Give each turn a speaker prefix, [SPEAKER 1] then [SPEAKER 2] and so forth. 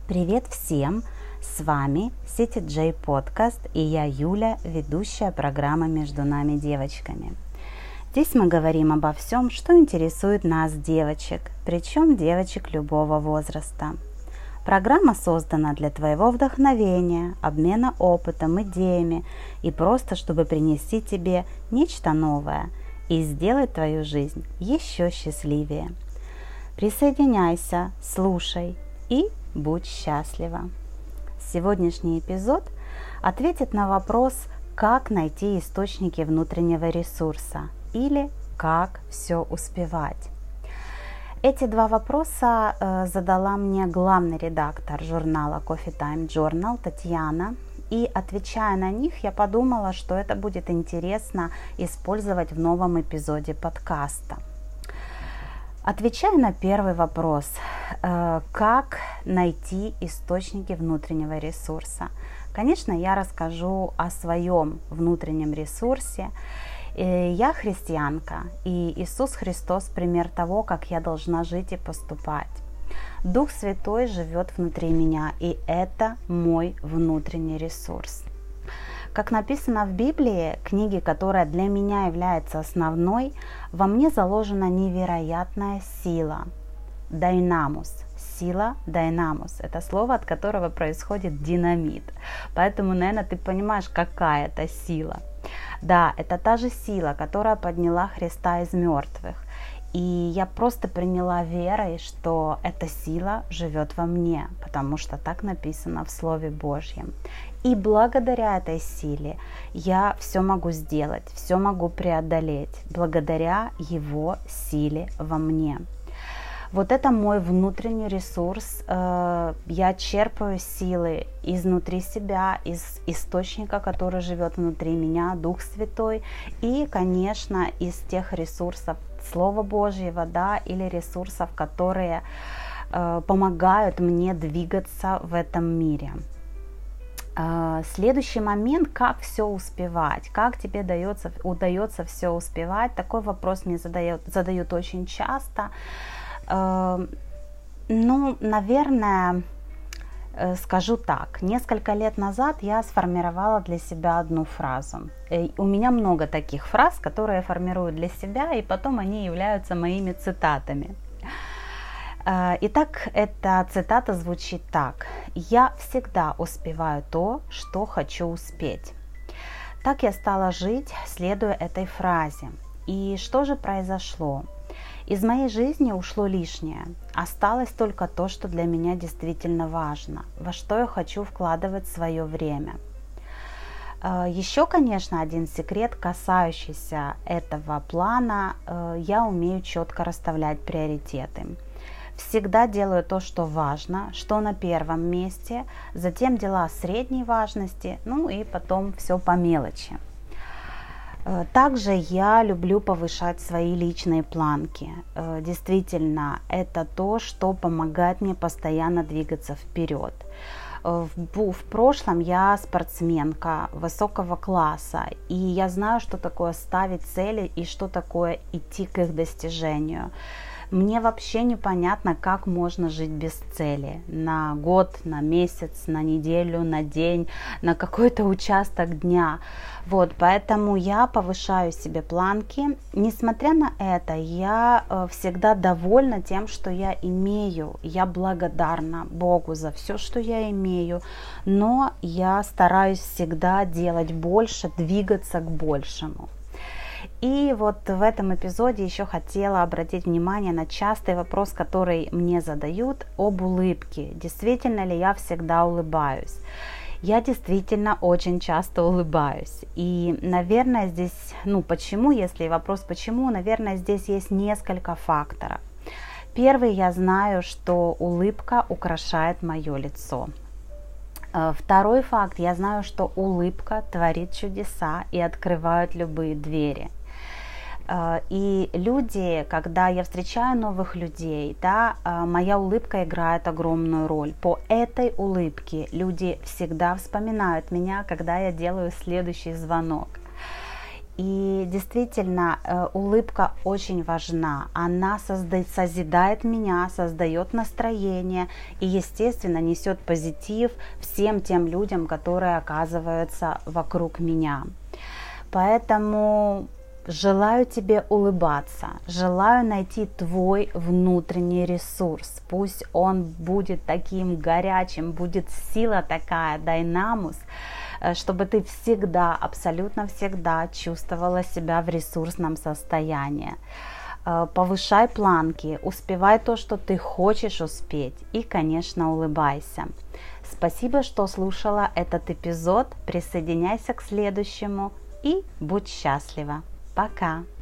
[SPEAKER 1] Привет всем! С вами CTJ Podcast и я Юля, ведущая программы «Между нами девочками». Здесь мы говорим обо всем, что интересует нас, девочек, причем девочек любого возраста. Программа создана для твоего вдохновения, обмена опытом, идеями и просто, чтобы принести тебе нечто новое и сделать твою жизнь еще счастливее. Присоединяйся, слушай и будь счастлива. Сегодняшний эпизод ответит на вопрос, как найти источники внутреннего ресурса или как все успевать. Эти два вопроса задала мне главный редактор журнала Coffee Time Journal Татьяна. И отвечая на них, я подумала, что это будет интересно использовать в новом эпизоде подкаста. Отвечая на первый вопрос, как найти источники внутреннего ресурса. Конечно, я расскажу о своем внутреннем ресурсе. Я христианка, и Иисус Христос пример того, как я должна жить и поступать. Дух Святой живет внутри меня, и это мой внутренний ресурс. Как написано в Библии, книге, которая для меня является основной, во мне заложена невероятная сила, дайнамус. Сила дайнамус – это слово, от которого происходит динамит. Поэтому, наверное, ты понимаешь, какая это сила. Да, это та же сила, которая подняла Христа из мертвых. И я просто приняла верой, что эта сила живет во мне, потому что так написано в Слове Божьем. И благодаря этой силе я все могу сделать, все могу преодолеть, благодаря Его силе во мне. Вот это мой внутренний ресурс. Я черпаю силы изнутри себя, из источника, который живет внутри меня, Дух Святой, и, конечно, из тех ресурсов Слова Божьего, да, или ресурсов, которые помогают мне двигаться в этом мире. Следующий момент, как все успевать, как тебе удается все успевать, такой вопрос мне задают очень часто. Наверное, скажу так, несколько лет назад я сформировала для себя одну фразу. У меня много таких фраз, которые я формирую для себя, и потом они являются моими цитатами. Итак, эта цитата звучит так: «Я всегда успеваю то, что хочу успеть». Так я стала жить, следуя этой фразе. И что же произошло? Из моей жизни ушло лишнее. Осталось только то, что для меня действительно важно, во что я хочу вкладывать свое время. Еще, конечно, один секрет, касающийся этого плана, я умею четко расставлять приоритеты. Всегда делаю то, что важно, что на первом месте, затем дела средней важности, и потом все по мелочи. Также я люблю повышать свои личные планки. Действительно, это то, что помогает мне постоянно двигаться вперед. В прошлом я спортсменка высокого класса, и я знаю, что такое ставить цели и что такое идти к их достижению. Мне вообще непонятно, как можно жить без цели на год, на месяц, на неделю, на день, на какой-то участок дня. Поэтому я повышаю себе планки. Несмотря на это, я всегда довольна тем, что я имею. Я благодарна Богу за все, что я имею, но я стараюсь всегда делать больше, двигаться к большему. И в этом эпизоде еще хотела обратить внимание на частый вопрос, который мне задают об улыбке. Действительно ли я всегда улыбаюсь? Я действительно очень часто улыбаюсь. И, наверное, здесь, почему, если вопрос почему, наверное, здесь есть несколько факторов. Первый, я знаю, что улыбка украшает мое лицо. Второй факт, я знаю, что улыбка творит чудеса и открывает любые двери. И люди, когда я встречаю новых людей, моя улыбка играет огромную роль. По этой улыбке люди всегда вспоминают меня, когда я делаю следующий звонок. И действительно, улыбка очень важна. Она созидает меня, создает настроение и, естественно, несет позитив всем тем людям, которые оказываются вокруг меня. Поэтому желаю тебе улыбаться, желаю найти твой внутренний ресурс. Пусть он будет таким горячим, будет сила такая, дайнамус, чтобы ты всегда, абсолютно всегда чувствовала себя в ресурсном состоянии. Повышай планки, успевай то, что ты хочешь успеть, и, конечно, улыбайся. Спасибо, что слушала этот эпизод. Присоединяйся к следующему и будь счастлива. Пока!